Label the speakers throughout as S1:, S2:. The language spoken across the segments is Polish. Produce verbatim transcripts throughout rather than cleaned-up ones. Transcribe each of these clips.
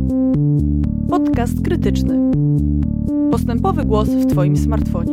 S1: Podcast krytyczny. Postępowy głos w Twoim smartfonie.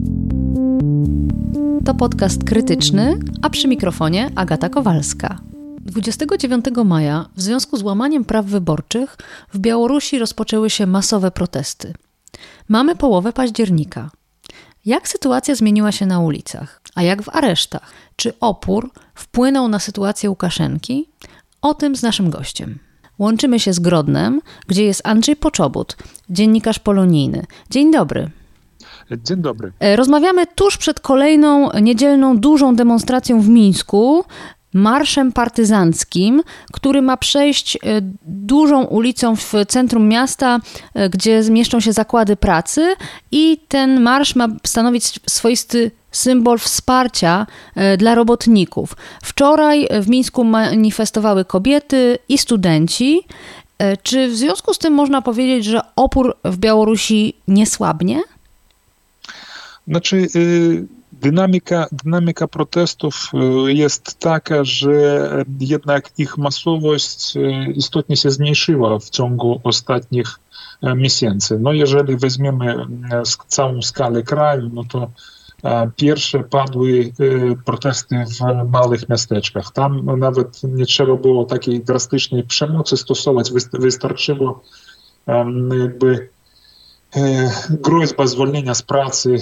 S2: To podcast krytyczny, a przy mikrofonie Agata Kowalska. dwudziestego dziewiątego maja w związku z łamaniem praw wyborczych w Białorusi rozpoczęły się masowe protesty. Mamy połowę października. Jak sytuacja zmieniła się na ulicach? A jak w aresztach? Czy opór wpłynął na sytuację Łukaszenki? O tym z naszym gościem. Łączymy się z Grodnem, gdzie jest Andrzej Poczobut, dziennikarz polonijny. Dzień dobry.
S3: Dzień dobry.
S2: Rozmawiamy tuż przed kolejną niedzielną dużą demonstracją w Mińsku, marszem partyzanckim, który ma przejść dużą ulicą w centrum miasta, gdzie zmieszczą się zakłady pracy, i ten marsz ma stanowić swoisty symbol wsparcia dla robotników. Wczoraj w Mińsku manifestowały kobiety i studenci. Czy w związku z tym można powiedzieć, że opór w Białorusi nie słabnie?
S3: Znaczy, dynamika, dynamika protestów jest taka, że jednak ich masowość istotnie się zmniejszyła w ciągu ostatnich miesięcy. No jeżeli weźmiemy całą skalę kraju, no to pierwsze padły protesty w małych miasteczkach. Tam nawet nie trzeba było takiej drastycznej przemocy stosować, wystarczyło jakby groźba zwolnienia z pracy,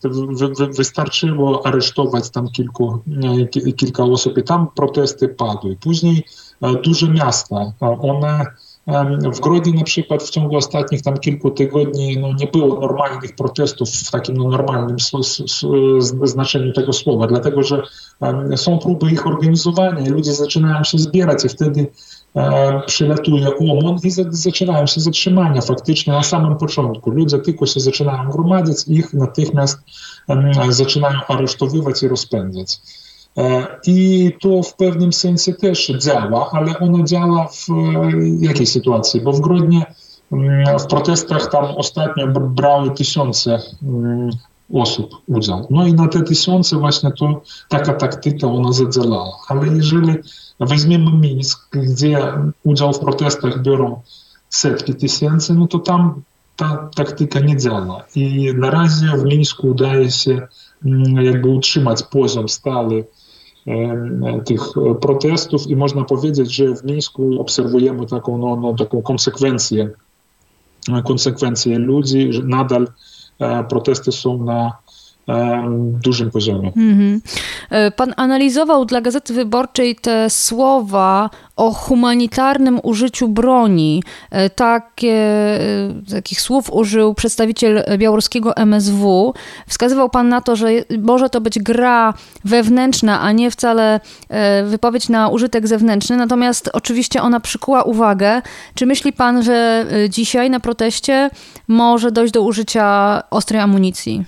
S3: wystarczyło aresztować tam kilku, kilka osób i tam protesty padły. Później duże miasta, one w Grodnie na przykład w ciągu ostatnich tam kilku tygodni no, nie było normalnych protestów w takim no, normalnym znaczeniu tego słowa, dlatego że um, są próby ich organizowania i ludzie zaczynają się zbierać i wtedy um, przylatuje OMON i za, zaczynają się zatrzymania faktycznie na samym początku. Ludzie tylko się zaczynają gromadzić i ich natychmiast um, zaczynają aresztowywać i rozpędzać. I to w pewnym sensie też działa, ale ono działa w jakiej sytuacji? Bo w Grodnie w protestach tam ostatnio brały tysiące osób udział. No i na te tysiące właśnie to taka taktyka ona zadziałała. Ale jeżeli weźmiemy Mińsk, gdzie udział w protestach biorą setki tysięcy, no to tam ta taktyka nie działa. I na razie w Mińsku udaje się jakby utrzymać poziom stały tych protestów i można powiedzieć, że w Mińsku obserwujemy taką, no, no, taką konsekwencję, konsekwencję ludzi, że nadal protesty są na dużym poziomie.
S2: Mm-hmm. Pan analizował dla Gazety Wyborczej te słowa o humanitarnym użyciu broni. Takie, takich słów użył przedstawiciel białoruskiego M S W. Wskazywał pan na to, że może to być gra wewnętrzna, a nie wcale wypowiedź na użytek zewnętrzny. Natomiast oczywiście ona przykuła uwagę. Czy myśli pan, że dzisiaj na proteście może dojść do użycia ostrej amunicji?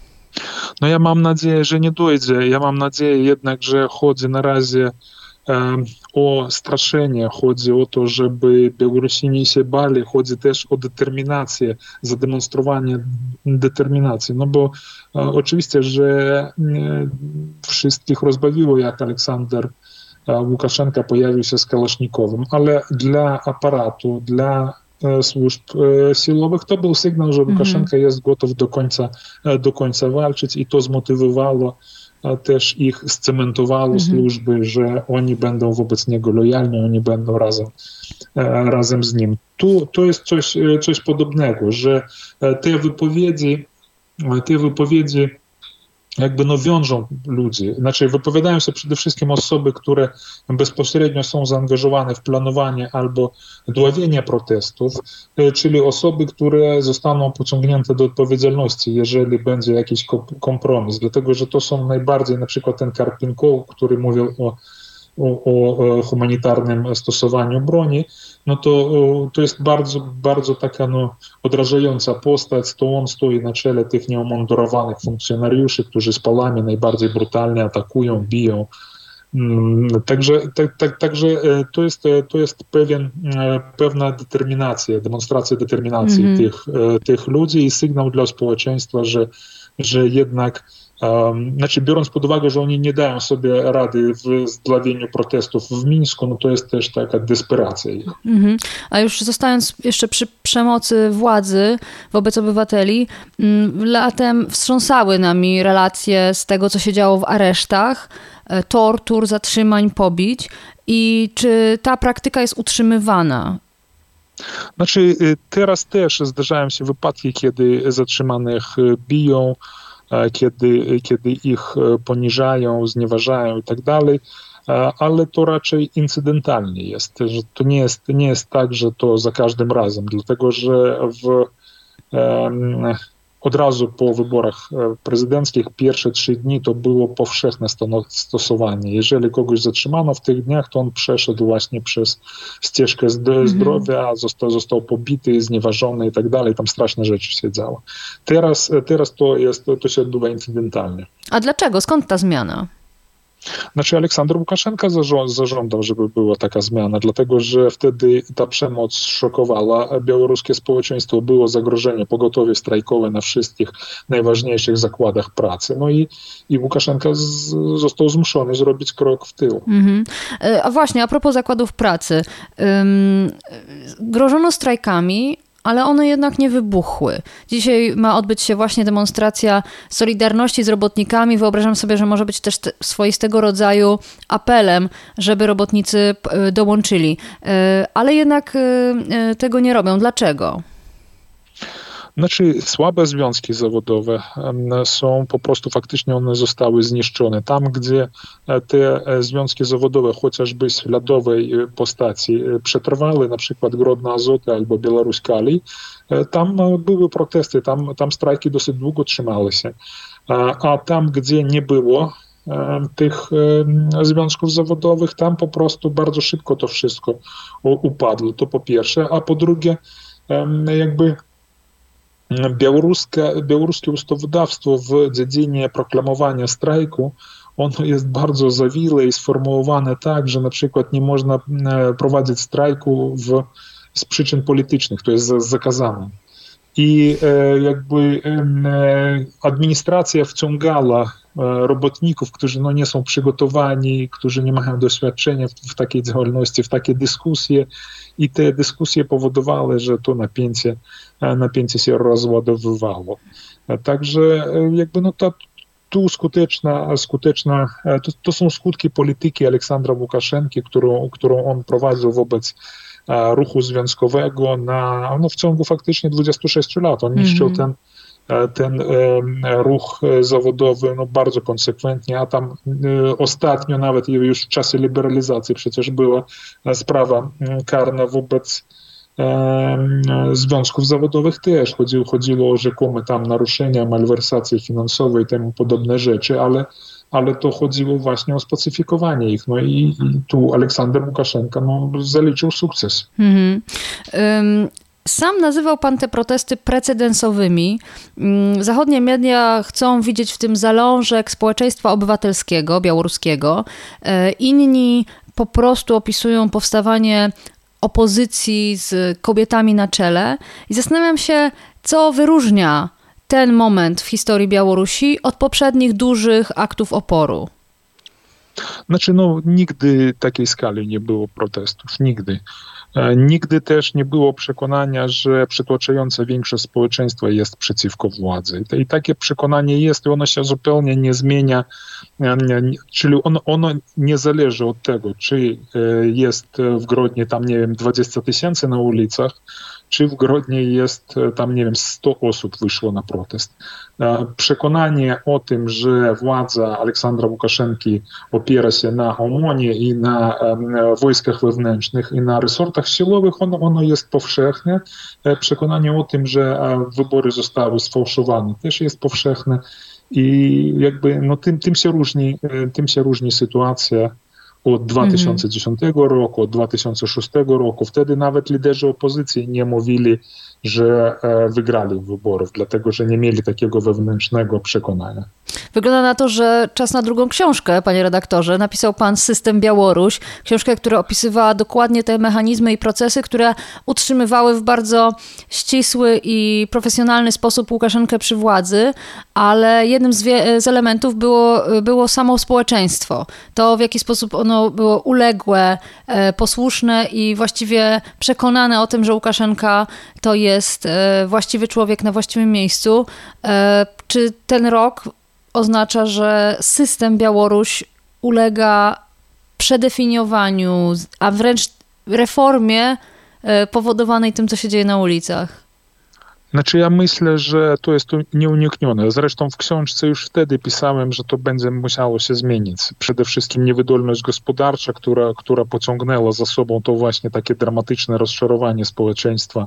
S3: No ja mam nadzieję, że nie dojdzie. Ja mam nadzieję jednak, że chodzi na razie e, o straszenie, chodzi o to, żeby Białorusini się bali, chodzi też o determinację, zademonstrowanie determinacji. No bo e, oczywiście, że e, wszystkich rozbawiło, jak Aleksander e, Łukaszenka pojawił się z Kałasznikowym, ale dla aparatu, dla służb siłowych, to był sygnał, że Łukaszenka mm-hmm. jest gotów do końca, do końca walczyć i to zmotywowało też ich, scementowało mm-hmm. służby, że oni będą wobec niego lojalni, oni będą razem, razem z nim. Tu, to jest coś, coś podobnego, że te wypowiedzi, te wypowiedzi jakby no wiążą ludzi. Znaczy wypowiadają się przede wszystkim osoby, które bezpośrednio są zaangażowane w planowanie albo dławienie protestów, czyli osoby, które zostaną pociągnięte do odpowiedzialności, jeżeli będzie jakiś kompromis. Dlatego, że to są najbardziej, na przykład ten Karpinkow, który mówił o O, o humanitarnym stosowaniu broni, no to, to jest bardzo, bardzo taka no, odrażająca postać. To on stoi na czele tych nieumundurowanych funkcjonariuszy, którzy z palami najbardziej brutalnie atakują, biją. Także, tak, tak, także to jest, to jest pewien, pewna determinacja, demonstracja determinacji mm-hmm. tych, tych ludzi i sygnał dla społeczeństwa, że, że jednak Znaczy, biorąc pod uwagę, że oni nie dają sobie rady w zdławieniu protestów w Mińsku, no to jest też taka desperacja ich.
S2: Mhm. A już zostając jeszcze przy przemocy władzy wobec obywateli, latem wstrząsały nami relacje z tego, co się działo w aresztach, tortur, zatrzymań, pobić. I czy ta praktyka jest utrzymywana?
S3: Znaczy, teraz też zdarzają się wypadki, kiedy zatrzymanych biją, kiedy, kiedy ich poniżają, znieważają i tak dalej, ale to raczej incydentalnie jest. Że to nie jest, nie jest tak, że to za każdym razem, dlatego że w, od razu po wyborach prezydenckich pierwsze trzy dni to było powszechne stosowanie. Jeżeli kogoś zatrzymano w tych dniach, to on przeszedł właśnie przez ścieżkę zdrowia, mm-hmm. został, został pobity, znieważony i tak dalej. Tam straszne rzeczy się działy. Teraz, teraz to, jest, to się odbywa incydentalnie.
S2: A dlaczego? Skąd ta zmiana?
S3: Znaczy Aleksander Łukaszenka zażądał, żeby była taka zmiana, dlatego że wtedy ta przemoc szokowała białoruskie społeczeństwo, było zagrożenie, pogotowie strajkowe na wszystkich najważniejszych zakładach pracy. No i, i Łukaszenka z, został zmuszony zrobić krok w tył.
S2: Mhm. A właśnie, a propos zakładów pracy. Um, grożono strajkami, ale one jednak nie wybuchły. Dzisiaj ma odbyć się właśnie demonstracja solidarności z robotnikami. Wyobrażam sobie, że może być też te, swoistego rodzaju apelem, żeby robotnicy dołączyli. Ale jednak tego nie robią. Dlaczego?
S3: Znaczy, słabe związki zawodowe są po prostu, faktycznie one zostały zniszczone. Tam, gdzie te związki zawodowe, chociażby śladowej postaci, przetrwały, na przykład Grodno Azoty albo Białoruś Kali, tam były protesty, tam, tam strajki dosyć długo trzymały się. A tam, gdzie nie było tych związków zawodowych, tam po prostu bardzo szybko to wszystko upadło. To po pierwsze, a po drugie, jakby Białoruskie, białoruskie ustawodawstwo w dziedzinie proklamowania strajku, ono jest bardzo zawiłe i sformułowane tak, że na przykład nie można prowadzić strajku w, z przyczyn politycznych, to jest zakazane. I jakby administracja wciągała robotników, którzy no, nie są przygotowani, którzy nie mają doświadczenia w, w takiej działalności, w takie dyskusje i te dyskusje powodowały, że to napięcie, napięcie się rozładowywało. Także jakby no ta tu skuteczna, skuteczna to, to są skutki polityki Aleksandra Łukaszenki, którą, którą on prowadził wobec ruchu związkowego na, no w ciągu faktycznie dwudziestu sześciu lat. On niszczył mm-hmm. ten ten ruch zawodowy no, bardzo konsekwentnie, a tam ostatnio nawet już w czasie liberalizacji przecież była sprawa karna wobec związków zawodowych też. Chodziło, chodziło o rzekome tam naruszenia, malwersacje finansowe i temu podobne rzeczy, ale, ale to chodziło właśnie o spacyfikowanie ich. No i, i tu Aleksander Łukaszenka no, zaliczył sukces. Mm-hmm. Um...
S2: Sam nazywał pan te protesty precedensowymi. Zachodnie media chcą widzieć w tym zalążek społeczeństwa obywatelskiego, białoruskiego. Inni po prostu opisują powstawanie opozycji z kobietami na czele. I zastanawiam się, co wyróżnia ten moment w historii Białorusi od poprzednich dużych aktów oporu.
S3: Znaczy, no, nigdy takiej skali nie było protestów. Nigdy. Nigdy też nie było przekonania, że przytłaczająca większość społeczeństwa jest przeciwko władzy. I takie przekonanie jest i ono się zupełnie nie zmienia, czyli ono, ono nie zależy od tego, czy jest w Grodnie tam, nie wiem, dwadzieścia tysięcy na ulicach, czy w Grodnie jest tam, nie wiem, sto osób wyszło na protest. Przekonanie o tym, że władza Aleksandra Łukaszenki opiera się na OMON-ie i na wojskach wewnętrznych i na resortach siłowych, ono, ono jest powszechne. Przekonanie o tym, że wybory zostały sfałszowane, też jest powszechne i jakby no, tym, tym, się różni, tym się różni sytuacja od dwa tysiące dziesiątego mm-hmm. roku, od dwa tysiące szóstego roku. Wtedy nawet liderzy opozycji nie mówili, że wygrali wyborów, dlatego że nie mieli takiego wewnętrznego przekonania.
S2: Wygląda na to, że czas na drugą książkę, panie redaktorze. Napisał pan System Białoruś, książkę, która opisywała dokładnie te mechanizmy i procesy, które utrzymywały w bardzo ścisły i profesjonalny sposób Łukaszenkę przy władzy, ale jednym z, wie- z elementów było, było samo społeczeństwo. To, w jaki sposób ono było uległe, e, posłuszne i właściwie przekonane o tym, że Łukaszenka to jest e, właściwy człowiek na właściwym miejscu. E, czy ten rok oznacza, że system Białoruś ulega przedefiniowaniu, a wręcz reformie powodowanej tym, co się dzieje na ulicach?
S3: Znaczy ja myślę, że to jest to nieuniknione. Zresztą w książce już wtedy pisałem, że to będzie musiało się zmienić. Przede wszystkim niewydolność gospodarcza, która, która pociągnęła za sobą to właśnie takie dramatyczne rozczarowanie społeczeństwa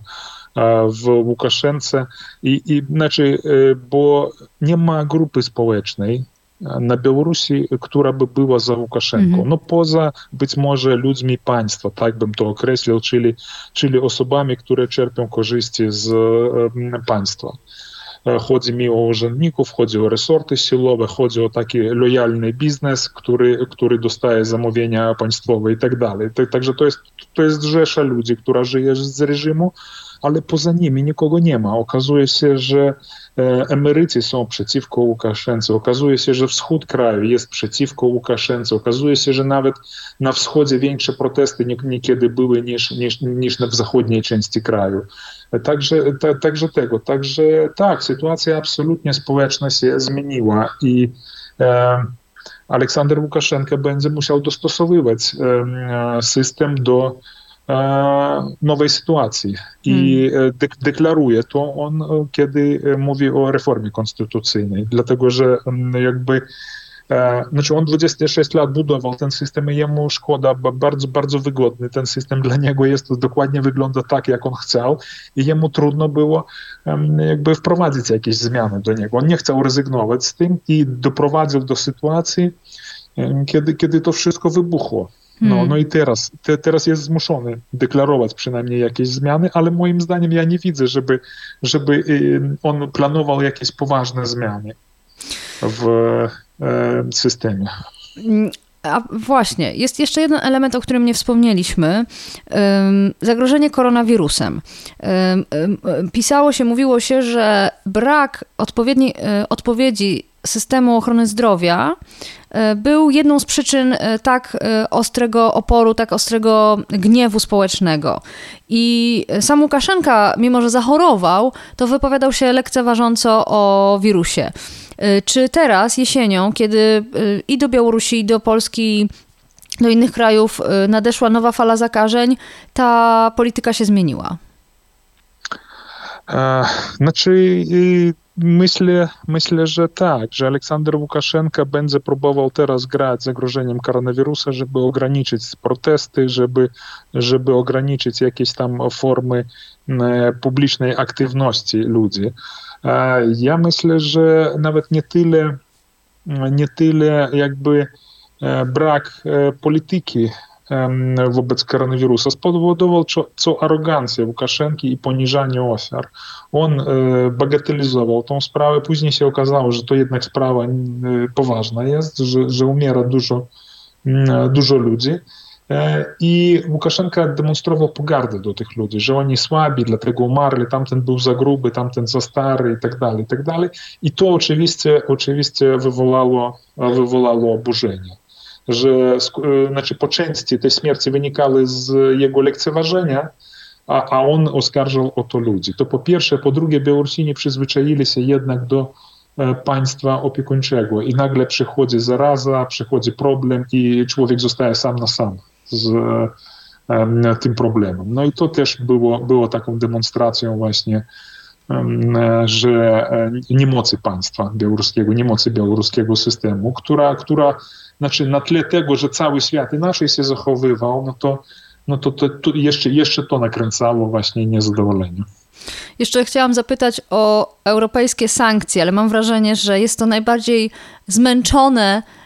S3: w Łukaszence. I, i znaczy, bo nie ma grupy społecznej na Białorusi, która by była za Łukaszenką. Mm-hmm. No poza być może ludźmi państwa, tak bym to określił, czyli, czyli osobami, które czerpią korzyści z e, państwa. Chodzi mi o urzędników, chodzi o resorty siłowe, chodzi o taki lojalny biznes, który, który dostaje zamówienia państwowe i tak dalej. Także to jest, to jest rzesza ludzi, która żyje z reżimu, ale poza nimi nikogo nie ma. Okazuje się, że emeryci są przeciwko Łukaszence, okazuje się, że wschód kraju jest przeciwko Łukaszence, okazuje się, że nawet na wschodzie większe protesty niekiedy były niż, niż, niż w zachodniej części kraju. Także, ta, także tego, także tak, sytuacja absolutnie społeczna się zmieniła i e, Aleksander Łukaszenka będzie musiał dostosowywać e, system do nowej sytuacji i hmm. deklaruje to on, kiedy mówi o reformie konstytucyjnej, dlatego że jakby znaczy on dwadzieścia sześć lat budował ten system i jemu szkoda, bardzo, bardzo wygodny ten system dla niego jest, to dokładnie wygląda tak, jak on chciał i jemu trudno było jakby wprowadzić jakieś zmiany do niego. On nie chciał rezygnować z tym i doprowadził do sytuacji, kiedy, kiedy to wszystko wybuchło. No, hmm. no i teraz, te, teraz jest zmuszony deklarować przynajmniej jakieś zmiany, ale moim zdaniem ja nie widzę, żeby, żeby on planował jakieś poważne zmiany w e, systemie.
S2: A właśnie, jest jeszcze jeden element, o którym nie wspomnieliśmy. Zagrożenie koronawirusem. Pisało się, mówiło się, że brak odpowiedniej odpowiedzi systemu ochrony zdrowia był jedną z przyczyn tak ostrego oporu, tak ostrego gniewu społecznego. I sam Łukaszenka, mimo że zachorował, to wypowiadał się lekceważąco o wirusie. Czy teraz, jesienią, kiedy i do Białorusi, i do Polski, do innych krajów nadeszła nowa fala zakażeń, ta polityka się zmieniła?
S3: E, znaczy... Myślę, myślę, że tak, że Aleksander Łukaszenka będzie próbował teraz grać z zagrożeniem koronawirusa, żeby ograniczyć protesty, żeby, żeby ograniczyć jakieś tam formy publicznej aktywności ludzi. Ja myślę, że nawet nie tyle, nie tyle jakby brak polityki wobec koronawirusa spowodował co, co arogancję Łukaszenki i poniżanie ofiar. On e, bagatelizował tą sprawę, później się okazało, że to jednak sprawa e, poważna jest, że, że umiera dużo, e, dużo ludzi e, i Łukaszenka demonstrował pogardę do tych ludzi, że oni słabi, dlatego umarli, tamten był za gruby, tamten za stary i tak dalej, i tak dalej. I to oczywiście, oczywiście wywołało, wywołało oburzenie. Że znaczy po części te śmierci wynikały z jego lekceważenia, a, a on oskarżał o to ludzi. To po pierwsze. Po drugie, Białorusini przyzwyczaili się jednak do e, państwa opiekuńczego i nagle przychodzi zaraza, przychodzi problem i człowiek zostaje sam na sam z e, tym problemem. No i to też było, było taką demonstracją właśnie, e, że e, niemocy państwa białoruskiego, niemocy białoruskiego systemu, która, która znaczy na tle tego, że cały świat inaczej się zachowywał, no to, no to, to, to jeszcze, jeszcze to nakręcało właśnie niezadowolenie.
S2: Jeszcze chciałam zapytać o europejskie sankcje, ale mam wrażenie, że jest to najbardziej zmęczone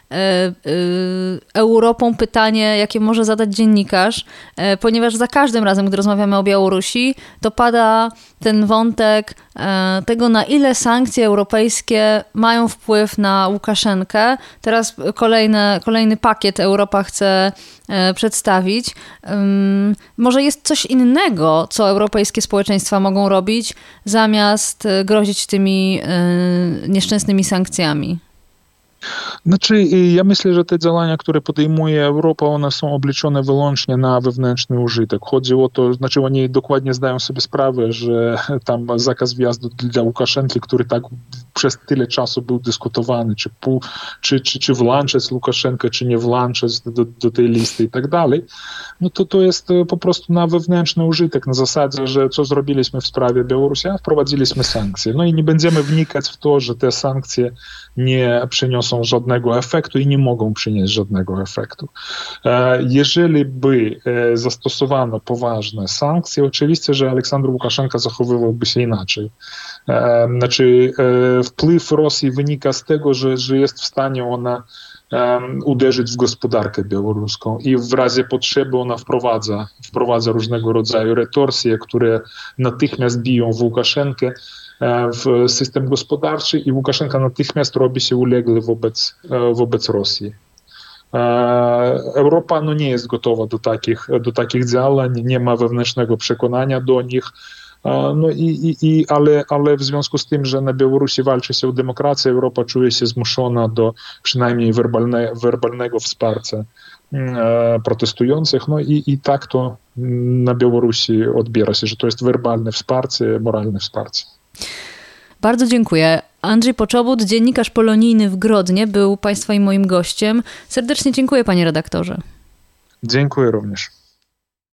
S2: Europą pytanie, jakie może zadać dziennikarz, ponieważ za każdym razem, gdy rozmawiamy o Białorusi, to pada ten wątek tego, na ile sankcje europejskie mają wpływ na Łukaszenkę. Teraz kolejne, kolejny pakiet Europa chce przedstawić. Może jest coś innego, co europejskie społeczeństwa mogą robić, zamiast grozić tymi nieszczęsnymi sankcjami?
S3: Znaczy, ja myślę, że te działania, które podejmuje Europa, one są obliczone wyłącznie na wewnętrzny użytek. Chodzi o to, znaczy oni dokładnie zdają sobie sprawę, że tam zakaz wjazdu dla Łukaszenki, który tak przez tyle czasu był dyskutowany, czy, pół, czy, czy, czy włączać Łukaszenkę, czy nie włączać do, do tej listy i tak dalej, no to to jest po prostu na wewnętrzny użytek, na zasadzie, że co zrobiliśmy w sprawie Białorusi, a wprowadziliśmy sankcje. No i nie będziemy wnikać w to, że te sankcje nie przyniosą żadnego efektu i nie mogą przynieść żadnego efektu. Jeżeli by zastosowano poważne sankcje, oczywiście, że Aleksander Łukaszenka zachowywałby się inaczej. Znaczy, wpływ Rosji wynika z tego, że, że jest w stanie ona um, uderzyć w gospodarkę białoruską i w razie potrzeby ona wprowadza, wprowadza różnego rodzaju retorsje, które natychmiast biją w Łukaszenkę w system gospodarczy i Łukaszenka natychmiast robi się uległy wobec, wobec Rosji. Europa no, nie jest gotowa do takich, do takich działań, nie ma wewnętrznego przekonania do nich. No i, i, i, ale, ale w związku z tym, że na Białorusi walczy się o demokrację, Europa czuje się zmuszona do przynajmniej werbalne, werbalnego wsparcia e, protestujących. No i, i tak to na Białorusi odbiera się, że to jest werbalne wsparcie, moralne wsparcie.
S2: Bardzo dziękuję. Andrzej Poczobut, dziennikarz polonijny w Grodnie, był Państwa i moim gościem. Serdecznie dziękuję, panie redaktorze.
S3: Dziękuję również.